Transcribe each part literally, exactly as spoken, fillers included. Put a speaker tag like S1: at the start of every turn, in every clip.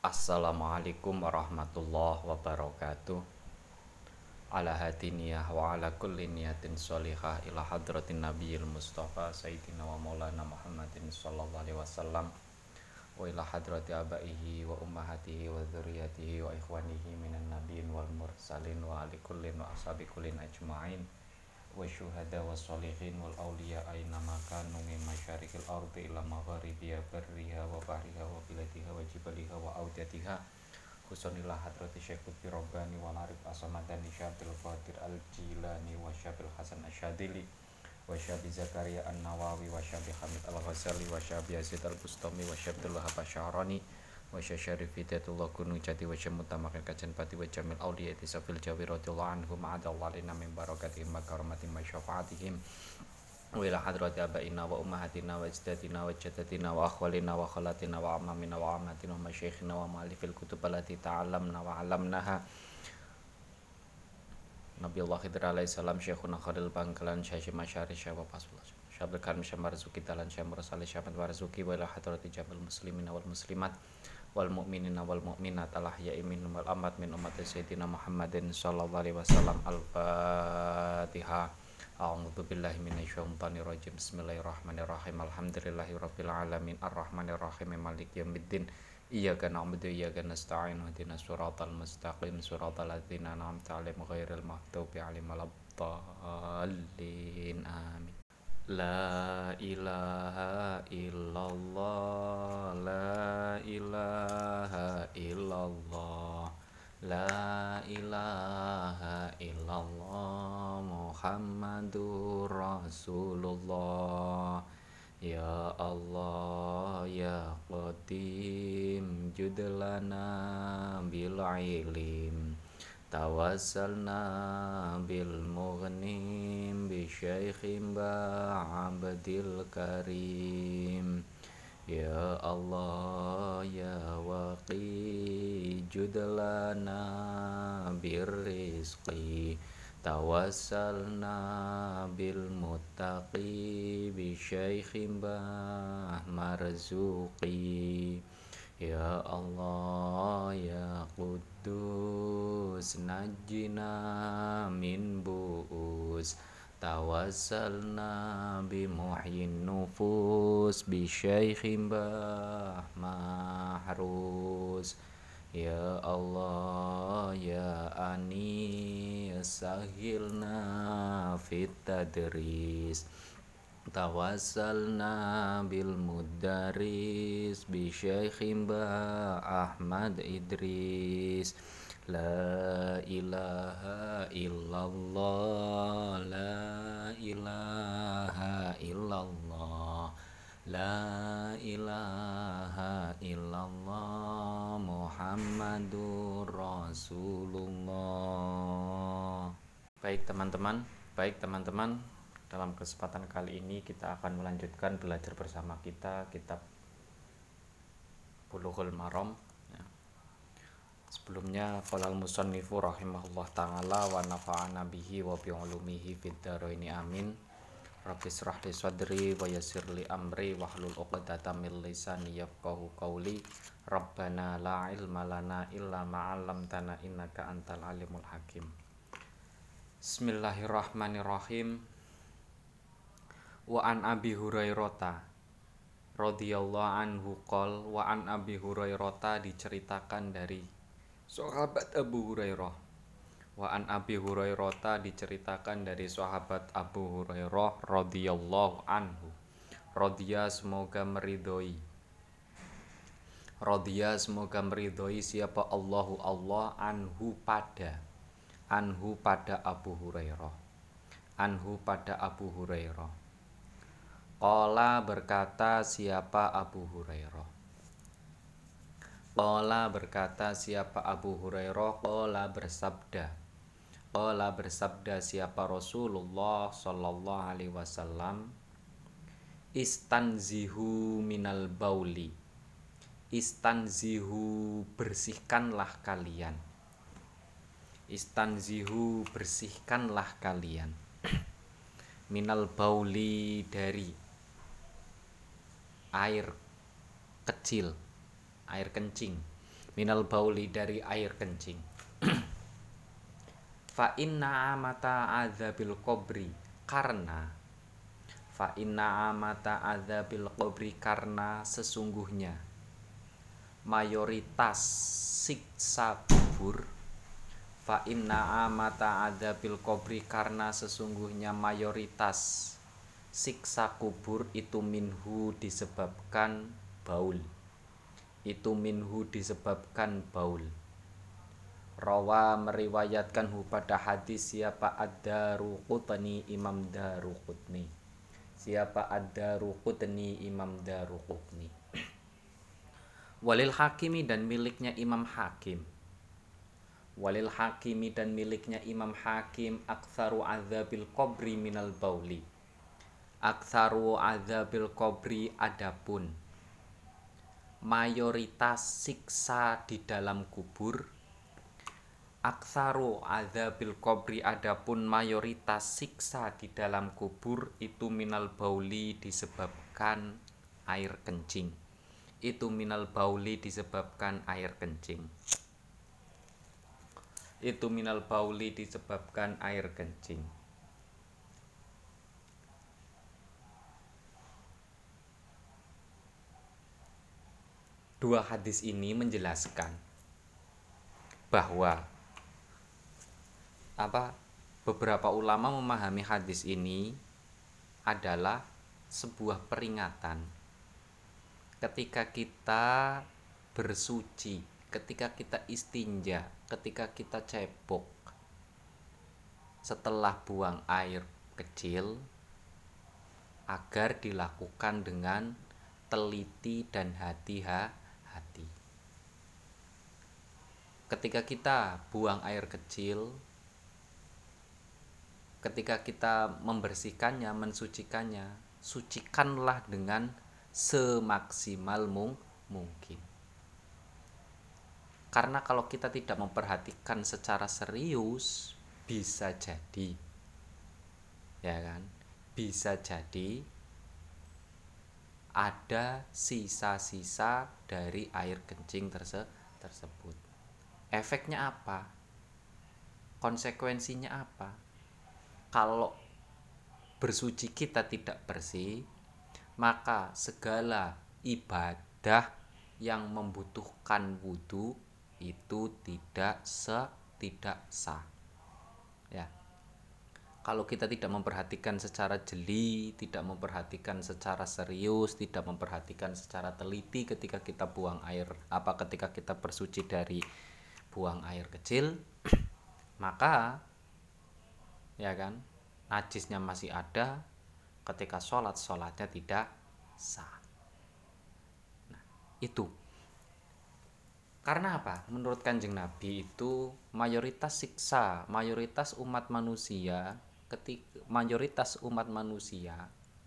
S1: Assalamualaikum warahmatullahi wabarakatuh. Ala hadiniyah wa ala kulli niyatin sholihah ila hadratin nabiyil mustafa sayyidina wa maulana Muhammadin sallallahu alaihi wasallam wa ila hadrati abaihi wa ummahatihi wa dzurriyyatihi wa ikhwanihi minan nabiyyin wal mursalin wa ali kullin wa ashabi kullin ajma'in wa syuhada wa sholihin wal awliya aina makanu min masyarikil ardi ila magharibiha barriha wa bahriha wa biladiha wa jibaliha wa audatiha Husnillah hadrati Syekh Lutfi Robbani wal Arif As-Samadani Syabil Qadir Al-Jilani wa Syabil Hasan Asyadili wa Syabi Zakaria An-Nawawi wa Syabi Hamid Al-Ghazali wa Syabi Yazid Al-Bustami wa Syabdul Wahab Asy-Syarani wa Syarif Hidayatullah Gunung Jati wa Syamutamakan Kajen Pati wa Jamil Auliya Tisafil Jawi radhiyallahu anhum ma'adallalina min barakatihim wa karamati ma syafaatihim wa ila hadrati abaina wa ummahatina wa ajdatina wa jaddatina wa akhwalina wa khalatina wa amamina wa amatina wa masyayikhina wa ma'alifil kutub allati ta'allamna wa 'allamnaha Nabiullah Khidir alaihi salam Syekhuna Khalil Bangkalan Syekh Masyari Syekh Pasullah Syekh Karim Syekh Marzuki Talan Syekh Mursali Syekh Marzuki wa ila hadrati jamil muslimina wal muslimat wal mu'minina wal mu'minat al ahya'i minhum wal amwat min ummati sayyidina Muhammadin sallallahu alaihi wasallam. Al-Fatihah. A'udzu billahi minasyaitonir rajim. Bismillahirrahmanirrahim. Alhamdulillahirabbil alamin arrahmanir rahim maliki yaumiddin. Iyyaka na'budu wa iyyaka nasta'in ihdinas siratal mustaqim siratal ladzina an'amta 'alaihim ghairil maghdubi 'alaihim waladdallin. Amin. La ilaha illallah, la ilaha illallah, la ilaha illallah, Muhammadur Rasulullah. Ya Allah ya Qadim judlana bil ilim tawassalna bil mughnim bi syaikhim ba'abdil karim. Ya Allah ya Waqi judlana bir rizqi tawassalna bil muttaqi bi syaikhim marzuqi. Ya Allah ya Quddus najjina min bu'us tawassalna bi muhyin nufus bi syaikhim mahrus. Ya Allah ya Ani sahilna fit tadris tawassalna bil mudaris bi syaikhim Ahmad Idris. La ilaha illallah, la ilaha illallah, la ilaha illallah, Muhammadur Rasulullah. Baik teman-teman, baik teman-teman, dalam kesempatan kali ini kita akan melanjutkan belajar bersama kita kitab Bulughul Maram. Sebelumnya qala al-musannifu rahimahullah ta'ala wa nafa'ana bihi wa bi ulumihi fid dharaini amin. Rabbi shrah li sadri wa yassir li amri wahlul 'uqdatam min lisani yafqahu qawli. Rabbana la ilma lana illa ma 'allamtana innaka antal alimul hakim. Bismillahirrahmanirrahim. Wa an Abi Hurairah radhiyallahu anhu qol wa an Abi Hurairah diceritakan dari sahabat Abu Hurairah. Wa an Abi Hurairah diceritakan dari sahabat Abu Hurairah radhiyallahu anhu. Radhiya semoga meridhoi. Radhiya semoga meridhoi siapa Allahu Allah anhu pada anhu pada Abu Hurairah. Anhu pada Abu Hurairah. Qala berkata siapa Abu Hurairah. Qala berkata siapa Abu Hurairah. Qala bersabda. Qala bersabda siapa Rasulullah sallallahu alaihi wasallam. Istanzihu minal bauli. Istanzihu bersihkanlah kalian. Istanzihu bersihkanlah kalian. Minal bauli dari air kecil, air kencing. minal bauli dari air kencing. Fa inna amata adzabil qabri karena fa inna amata adzabil qabri karena sesungguhnya mayoritas siksa kubur. Fa inna amata adzabil qabri karena sesungguhnya mayoritas siksa kubur itu minhu disebabkan baul. Itu minhu disebabkan baul. Rawa meriwayatkan hu pada hadis siapa ad-Daruqutni Imam Daruqutni. Siapa ad-Daruqutni Imam Daruqutni. Walil Hakimi dan miliknya Imam Hakim. Walil Hakimi dan miliknya Imam Hakim aktsaru adzabil qabri minal bauli. Aktsaru adzabil qabri adapun mayoritas siksa di dalam kubur. Aktsaru adzabil qabri adapun mayoritas siksa di dalam kubur itu minal bauli disebabkan air kencing. Itu minal bauli disebabkan air kencing. Itu minal bauli disebabkan air kencing. Dua hadis ini menjelaskan bahwa apa beberapa ulama memahami hadis ini adalah sebuah peringatan ketika kita bersuci, ketika kita istinja, ketika kita cebok setelah buang air kecil agar dilakukan dengan teliti dan hati-hati. Ketika kita buang air kecil, ketika kita membersihkannya, mensucikannya, sucikanlah dengan semaksimal mungkin. Karena kalau kita tidak memperhatikan secara serius, bisa jadi, ya kan, bisa jadi ada sisa-sisa dari air kencing terse- tersebut. Efeknya apa? Konsekuensinya apa? Kalau bersuci kita tidak bersih, maka segala ibadah yang membutuhkan wudu itu tidak se tidak sah. Ya. Kalau kita tidak memperhatikan secara jeli, tidak memperhatikan secara serius, tidak memperhatikan secara teliti ketika kita buang air, apa ketika kita bersuci dari buang air kecil, maka ya kan, najisnya masih ada, ketika sholat, sholatnya tidak sah. Nah, itu karena apa? Menurut Kanjeng Nabi itu mayoritas siksa, mayoritas umat manusia, ketika mayoritas umat manusia,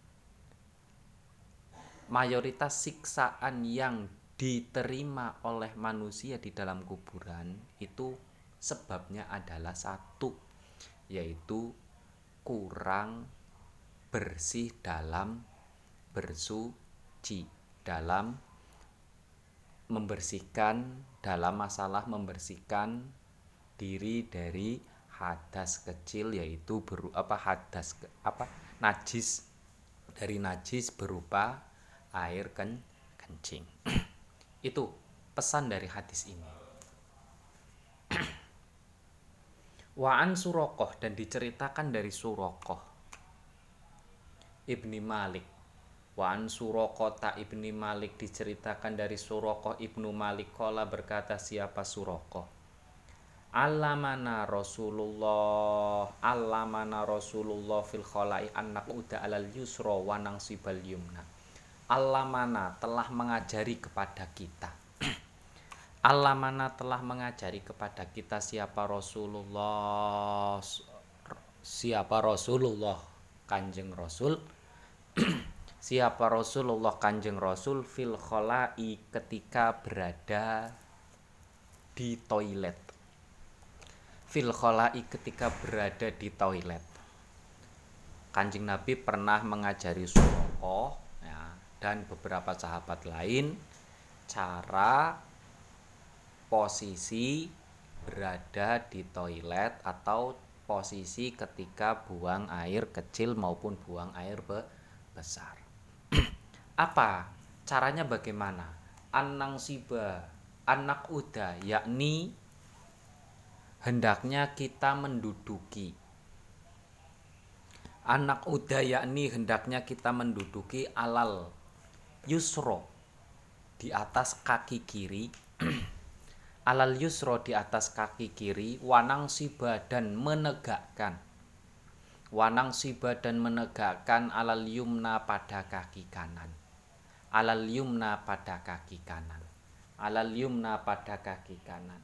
S1: mayoritas siksaan yang diterima oleh manusia di dalam kuburan itu sebabnya adalah satu, yaitu kurang bersih dalam bersuci, dalam membersihkan, dalam masalah membersihkan diri dari hadas kecil, yaitu beru apa hadas apa najis, dari najis berupa air ken, kencing. Itu pesan dari hadis ini. Wa'an Suraqah, dan diceritakan dari Suraqah Ibni Malik. Wa'an Suraqah Ibni Malik, diceritakan dari Suraqah Ibnu Malik qala, berkata siapa Suraqah, Allamana Rasulullah Allamana Rasulullah fil khala'i an naq'uda alal yusra wa nansibal yumna. Allamana telah mengajari kepada kita. Allamana telah mengajari kepada kita siapa Rasulullah siapa Rasulullah Kanjeng Rasul siapa Rasulullah Kanjeng Rasul fil khala'i, ketika berada di toilet. Fil khala'i, ketika berada di toilet. Kanjeng Nabi pernah mengajari Suraqah ya, dan beberapa sahabat lain cara posisi berada di toilet atau posisi ketika buang air kecil maupun buang air be- besar. Apa? Caranya bagaimana? Anang siba, anak uda, yakni hendaknya kita menduduki. Anak uda yakni hendaknya kita menduduki alal yusro, di atas kaki kiri. Alal yusro, di atas kaki kiri. Wanang siba, dan menegakkan. Wanang siba, dan menegakkan alal yumna, pada kaki kanan. Alal yumna, pada kaki kanan. Alal yumna, pada kaki kanan.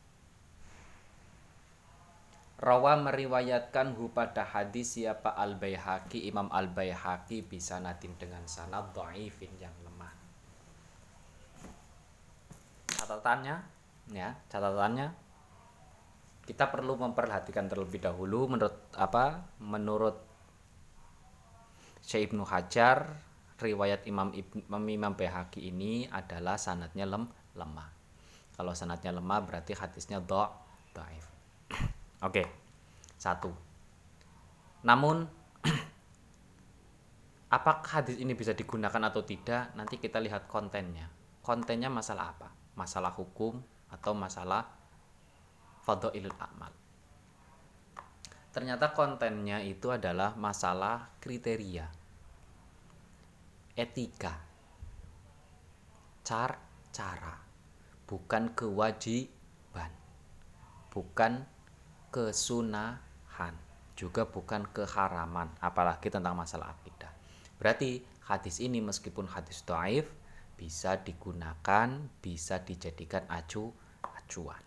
S1: Rawa meriwayatkan hu pada hadis siapa Al-Baihaqi, Imam Al-Baihaqi bisa nadin dengan sanad dhaifin, yang lemah. Catatannya, ya, catatannya kita perlu memperhatikan terlebih dahulu menurut apa? Menurut Syekh Ibnu Hajar, riwayat Imam Ibn, Imam Baihaqi ini adalah sanadnya lem, lemah. Kalau sanadnya lemah berarti hadisnya dha, dhaif. Oke, satu. Namun, apakah hadis ini bisa digunakan atau tidak? Nanti kita lihat kontennya. Kontennya masalah apa? Masalah hukum atau masalah fadhailul a'mal? Ternyata kontennya itu adalah masalah kriteria, etika, car, cara, bukan kewajiban, bukan kesunahan, juga bukan keharaman, apalagi tentang masalah akidah. Berarti hadis ini meskipun hadis dhaif bisa digunakan, bisa dijadikan acu acuan.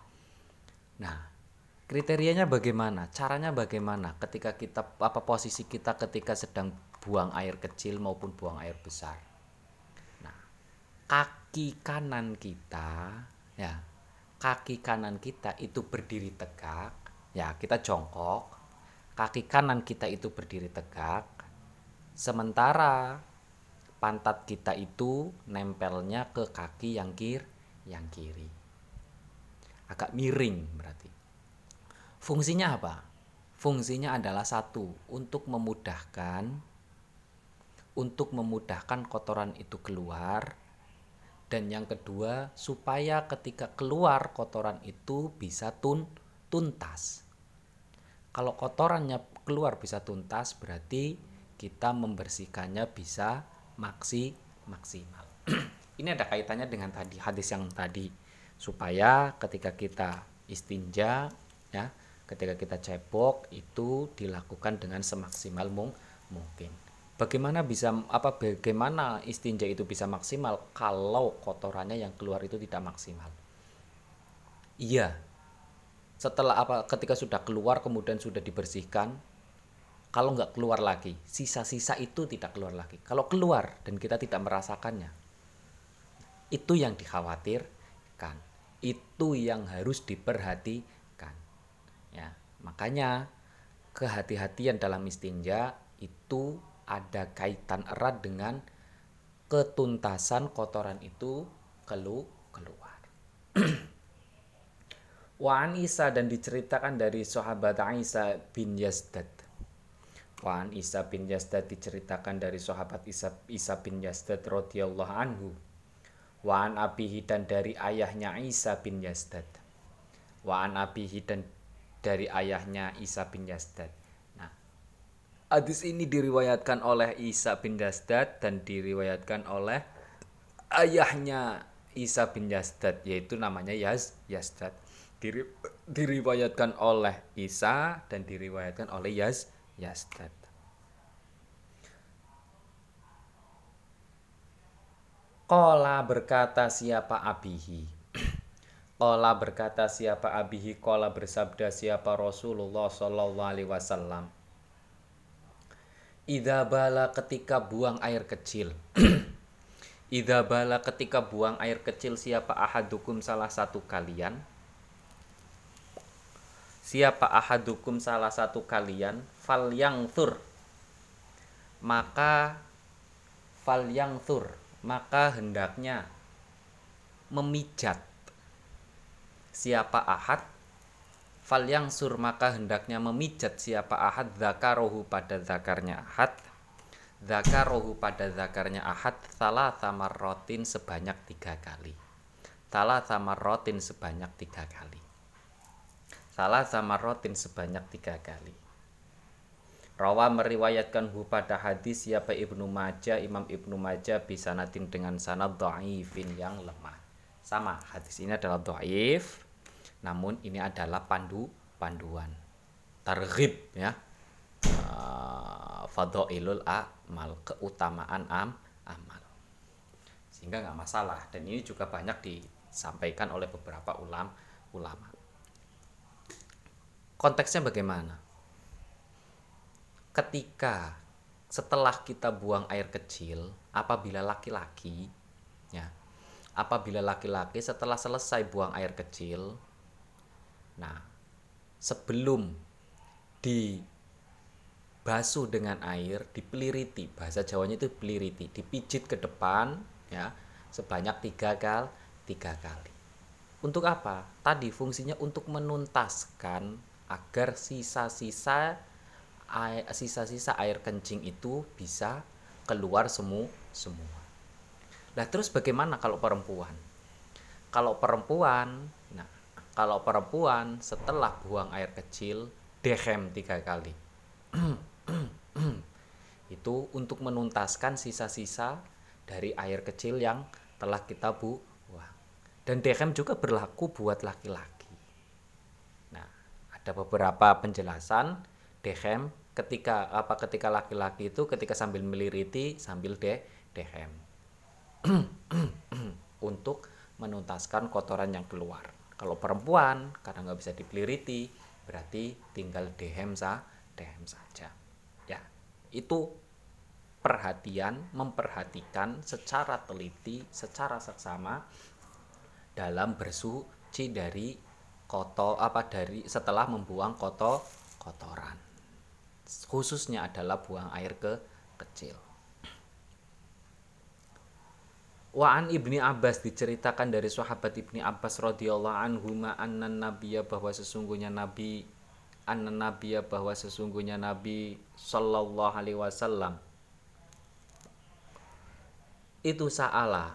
S1: Nah, kriterianya bagaimana? Caranya bagaimana ketika kita apa posisi kita ketika sedang buang air kecil maupun buang air besar? Nah, kaki kanan kita, ya, kaki kanan kita itu berdiri tegak, ya, kita jongkok. Kaki kanan kita itu berdiri tegak, sementara pantat kita itu nempelnya ke kaki yang kiri, yang kiri. Agak miring berarti. Fungsinya apa? Fungsinya adalah satu, untuk memudahkan untuk memudahkan kotoran itu keluar. Dan yang kedua, supaya ketika keluar kotoran itu bisa tun, tuntas. Kalau kotorannya keluar bisa tuntas, berarti kita membersihkannya bisa maksi, maksimal. Ini ada kaitannya dengan tadi hadis yang tadi, supaya ketika kita istinja, ya, ketika kita cebok itu dilakukan dengan semaksimal mungkin. Bagaimana bisa apa bagaimana istinja itu bisa maksimal kalau kotorannya yang keluar itu tidak maksimal? Iya. Setelah apa ketika sudah keluar kemudian sudah dibersihkan, kalau nggak keluar lagi, sisa-sisa itu tidak keluar lagi. Kalau keluar dan kita tidak merasakannya, itu yang dikhawatirkan. Itu yang harus diperhatikan. Ya, makanya kehati-hatian dalam istinja itu ada kaitan erat dengan ketuntasan kotoran itu kelu keluar. Wa'an Isa, dan diceritakan dari sahabat Isa bin Yazdad. Wa'an Isa bin Yazdad, diceritakan dari sahabat Isa, Isa bin Yazdad radhiyallahu anhu. Wa'an abihi, dan dari ayahnya Isa bin Yazdad. Wa'an abihi, dan dari ayahnya Isa bin Yazdad. Nah, hadis ini diriwayatkan oleh Isa bin Yazdad dan diriwayatkan oleh ayahnya Isa bin Yazdad, yaitu namanya Yaz, Yazdad. Diri, diriwayatkan oleh Isa dan diriwayatkan oleh Yaz, Yazdad. Qala, berkata siapa abihi. Qala, berkata siapa abihi. Qala, bersabda siapa Rasulullah sallallahu alaihi wasallam. Idza bala, ketika buang air kecil. Idza bala, ketika buang air kecil siapa ahadukum, salah satu kalian. Siapa ahadukum, salah satu kalian, fal yangthur, maka fal yangthur, maka hendaknya memijat, siapa ahad, fal yang sur maka hendaknya memijat siapa ahad zakarohu pada zakarnya ahad, zakarohu pada zakarnya ahad salah samar rotin sebanyak tiga kali, salah samar rotin sebanyak tiga kali, salah samar rotin sebanyak tiga kali. Rawa meriwayatkan hu pada hadis siapa Ibnu Majah, Imam Ibnu Majah bisanatin dengan sanad dhaifin yang lemah. Sama, hadis ini adalah dhaif, namun ini adalah pandu panduan. Targhib ya. Uh, Fadhailul amal, keutamaan am amal. Sehingga nggak masalah, dan ini juga banyak disampaikan oleh beberapa ulam ulama. Konteksnya bagaimana? Ketika setelah kita buang air kecil, apabila laki-laki ya, apabila laki-laki setelah selesai buang air kecil, nah sebelum dibasuh dengan air, dipeliriti, bahasa Jawanya itu peliriti, dipijit ke depan ya sebanyak tiga kali, tiga kali. Untuk apa? Tadi fungsinya untuk menuntaskan agar sisa-sisa air, sisa-sisa air kencing itu bisa keluar semu semua. Nah, terus bagaimana kalau perempuan? Kalau perempuan, nah, kalau perempuan setelah buang air kecil, dehem tiga kali. Itu untuk menuntaskan sisa-sisa dari air kecil yang telah kita buang. Dan dehem juga berlaku buat laki-laki. Nah, ada beberapa penjelasan dehem ketika apa ketika laki-laki itu ketika sambil meliriti sambil de dehem untuk menuntaskan kotoran yang keluar. Kalau perempuan karena nggak bisa dipeliriti berarti tinggal dehem sah dehem saja. Ya, itu perhatian, memperhatikan secara teliti, secara seksama dalam bersuci dari kotor apa dari setelah membuang kotor kotoran. Khususnya adalah buang air ke kecil. Wa'an Ibni Abbas diceritakan dari sahabat Ibni Abbas radhiyallahu anhuma annan nabiyya bahwa sesungguhnya nabi annan nabiyya bahwa sesungguhnya nabi sallallahu alaihi wasallam itu sa'ala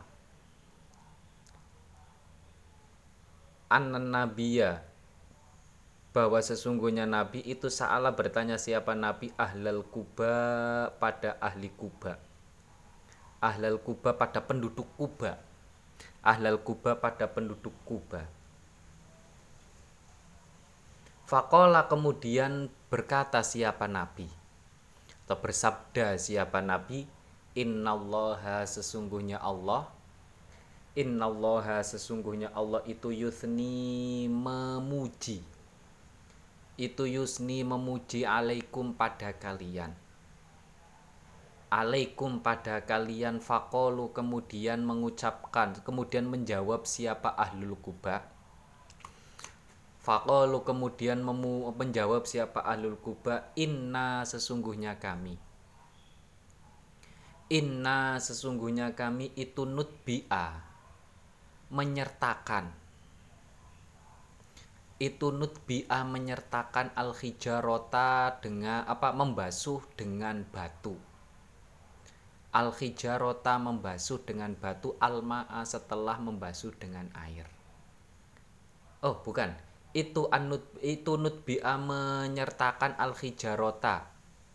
S1: annan nabiyya bahwa sesungguhnya nabi itu sa'ala bertanya siapa nabi ahlal Kuba pada ahli Kuba, ahlal Kuba pada penduduk Kuba, ahlal Kuba pada penduduk Kuba. Faqala kemudian berkata siapa nabi atau bersabda siapa nabi, innallaha sesungguhnya Allah, innallaha sesungguhnya Allah itu yusni memuji, itu yusni memuji alaikum pada kalian, alaikum pada kalian. Faqalu kemudian mengucapkan, kemudian menjawab siapa ahlul Kuba, faqalu kemudian memu, menjawab siapa ahlul Kuba, inna sesungguhnya kami, inna sesungguhnya kami itu nutbi'a menyertakan, itu nutbi'a menyertakan al-hijarota dengan apa membasuh dengan batu, al-hijarota membasuh dengan batu, al-ma'a setelah membasuh dengan air. Oh bukan, itu anut itu nutbi'a menyertakan al-hijarota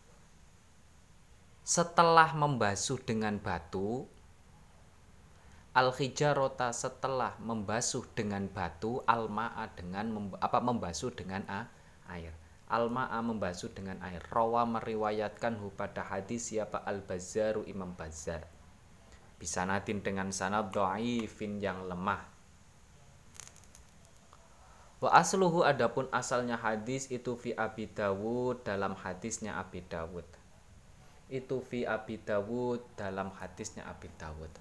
S1: setelah membasuh dengan batu, al-hijarota setelah membasuh dengan batu, al-ma'a dengan mem, apa membasuh dengan a, air, al-ma'a membasuh dengan air. Rawa meriwayatkan hu pada hadis siapa al-Bazzaru Imam Bazzar bisanatin dengan sanad dhaifin yang lemah. Wa asluhu adapun asalnya hadis itu fi Abi Dawud dalam hadisnya Abi Dawud, itu fi Abi Dawud dalam hadisnya Abi Dawud.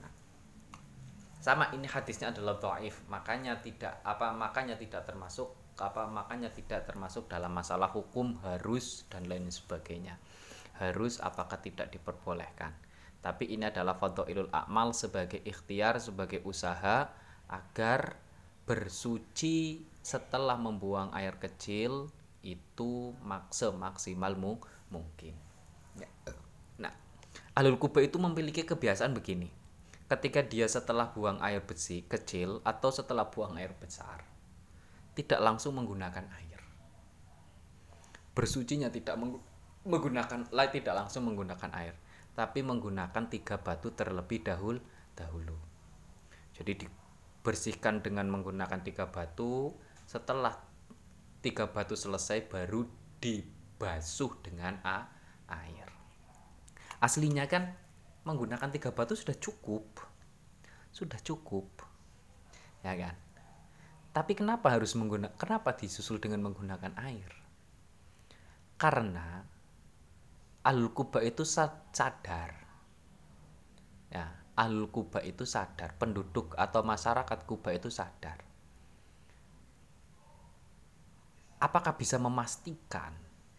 S1: Sama, ini hadisnya adalah dhaif, makanya tidak apa makanya tidak termasuk apa makanya tidak termasuk dalam masalah hukum harus dan lain sebagainya. Harus apakah tidak diperbolehkan. Tapi ini adalah fadhailul a'mal sebagai ikhtiar, sebagai usaha agar bersuci setelah membuang air kecil itu mak- semaksimal mu- mungkin. Ya. Nah, ahlul kubah itu memiliki kebiasaan begini. Ketika dia setelah buang air bersih kecil atau setelah buang air besar, tidak langsung menggunakan air. Bersucinya tidak meng- menggunakan, lah tidak langsung menggunakan air, tapi menggunakan tiga batu terlebih dahulu. dahulu. Jadi dibersihkan dengan menggunakan tiga batu. Setelah tiga batu selesai, baru dibasuh dengan a- air. Aslinya kan menggunakan tiga batu sudah cukup, sudah cukup, ya kan? Tapi kenapa harus menggunakan? Kenapa disusul dengan menggunakan air? Karena Ahlul Quba itu sadar, ya, Ahlul Quba itu sadar, penduduk atau masyarakat Quba itu sadar. Apakah bisa memastikan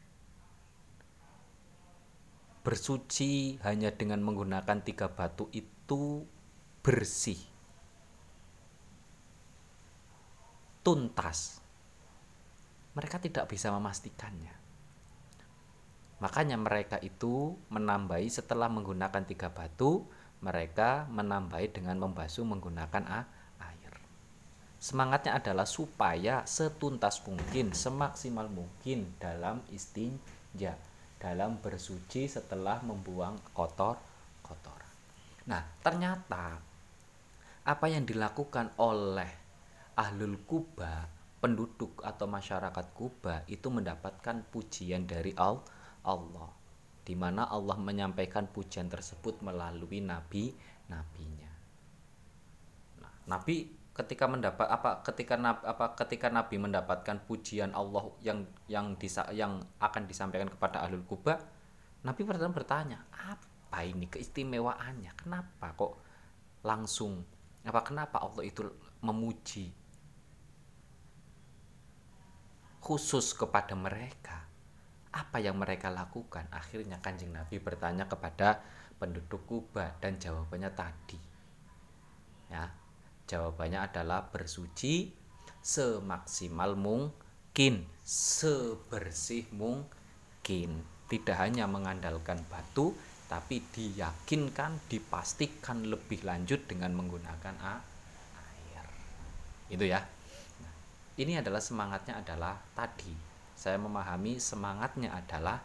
S1: bersuci hanya dengan menggunakan tiga batu itu bersih, tuntas? Mereka tidak bisa memastikannya. Makanya mereka itu menambahi setelah menggunakan tiga batu, mereka menambahi dengan membasuh menggunakan air. Semangatnya adalah supaya setuntas mungkin, semaksimal mungkin dalam istinja, dalam bersuci setelah membuang kotor-kotoran. Nah, ternyata apa yang dilakukan oleh Ahlul Quba, penduduk atau masyarakat Quba itu mendapatkan pujian dari Allah, di mana Allah menyampaikan pujian tersebut melalui nabi-nabinya. Nah, Nabi ketika mendapat apa ketika apa ketika Nabi mendapatkan pujian Allah yang yang disa, yang akan disampaikan kepada Ahlul Quba, Nabi pertama bertanya, apa ini keistimewaannya? Kenapa kok langsung apa kenapa Allah itu memuji khusus kepada mereka? Apa yang mereka lakukan? Akhirnya Kanjeng Nabi bertanya kepada penduduk Quba dan jawabannya tadi, ya, jawabannya adalah bersuci semaksimal mungkin, sebersih mungkin. Tidak hanya mengandalkan batu, tapi diyakinkan, dipastikan lebih lanjut dengan menggunakan air. Itu ya. Nah, ini adalah semangatnya adalah tadi. Saya memahami semangatnya adalah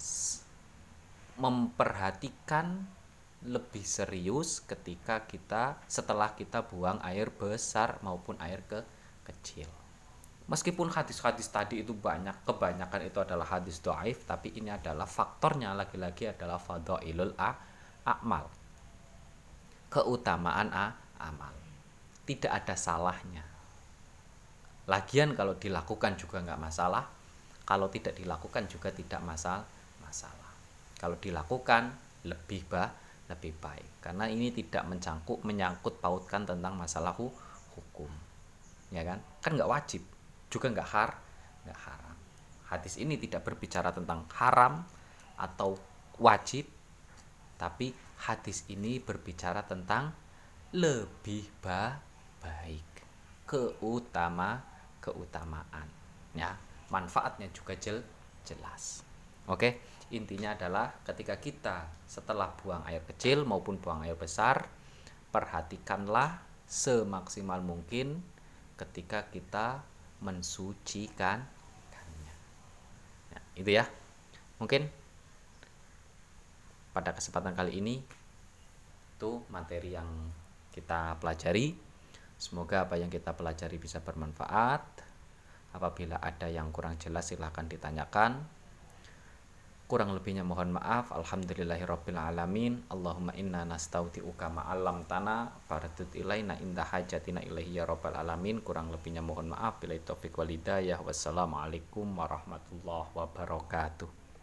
S1: memperhatikan lebih serius ketika kita setelah kita buang air besar maupun air ke kecil. Meskipun hadis-hadis tadi itu banyak, kebanyakan itu adalah hadis dhaif, tapi ini adalah faktornya lagi-lagi adalah fadhailul a'mal, keutamaan a amal. Tidak ada salahnya. Lagian kalau dilakukan juga nggak masalah, kalau tidak dilakukan juga tidak masalah. masalah. Kalau dilakukan lebih bah, lebih baik, karena ini tidak mencangkuk menyangkut pautkan tentang masalah hu, hukum, ya kan? Kan nggak wajib, juga nggak har, nggak haram. Hadis ini tidak berbicara tentang haram atau wajib, tapi hadis ini berbicara tentang lebih bah, baik, keutama keutamaan, ya. Manfaatnya juga jel, jelas. Oke, intinya adalah ketika kita setelah buang air kecil maupun buang air besar, perhatikanlah semaksimal mungkin ketika kita mensucikannya. Ya, itu ya. Mungkin pada kesempatan kali ini itu materi yang kita pelajari. Semoga apa yang kita pelajari bisa bermanfaat. Apabila ada yang kurang jelas silahkan ditanyakan. Kurang lebihnya mohon maaf. Alhamdulillahirabbil alamin. Allahumma inna nastaudiuka ma'alam tanah faradud ilaina inda hajatina ilaihi ya rabbal alamin. Kurang lebihnya mohon maaf. Billahi taufiq wal hidayah. Wassalamualaikum warahmatullahi wabarakatuh.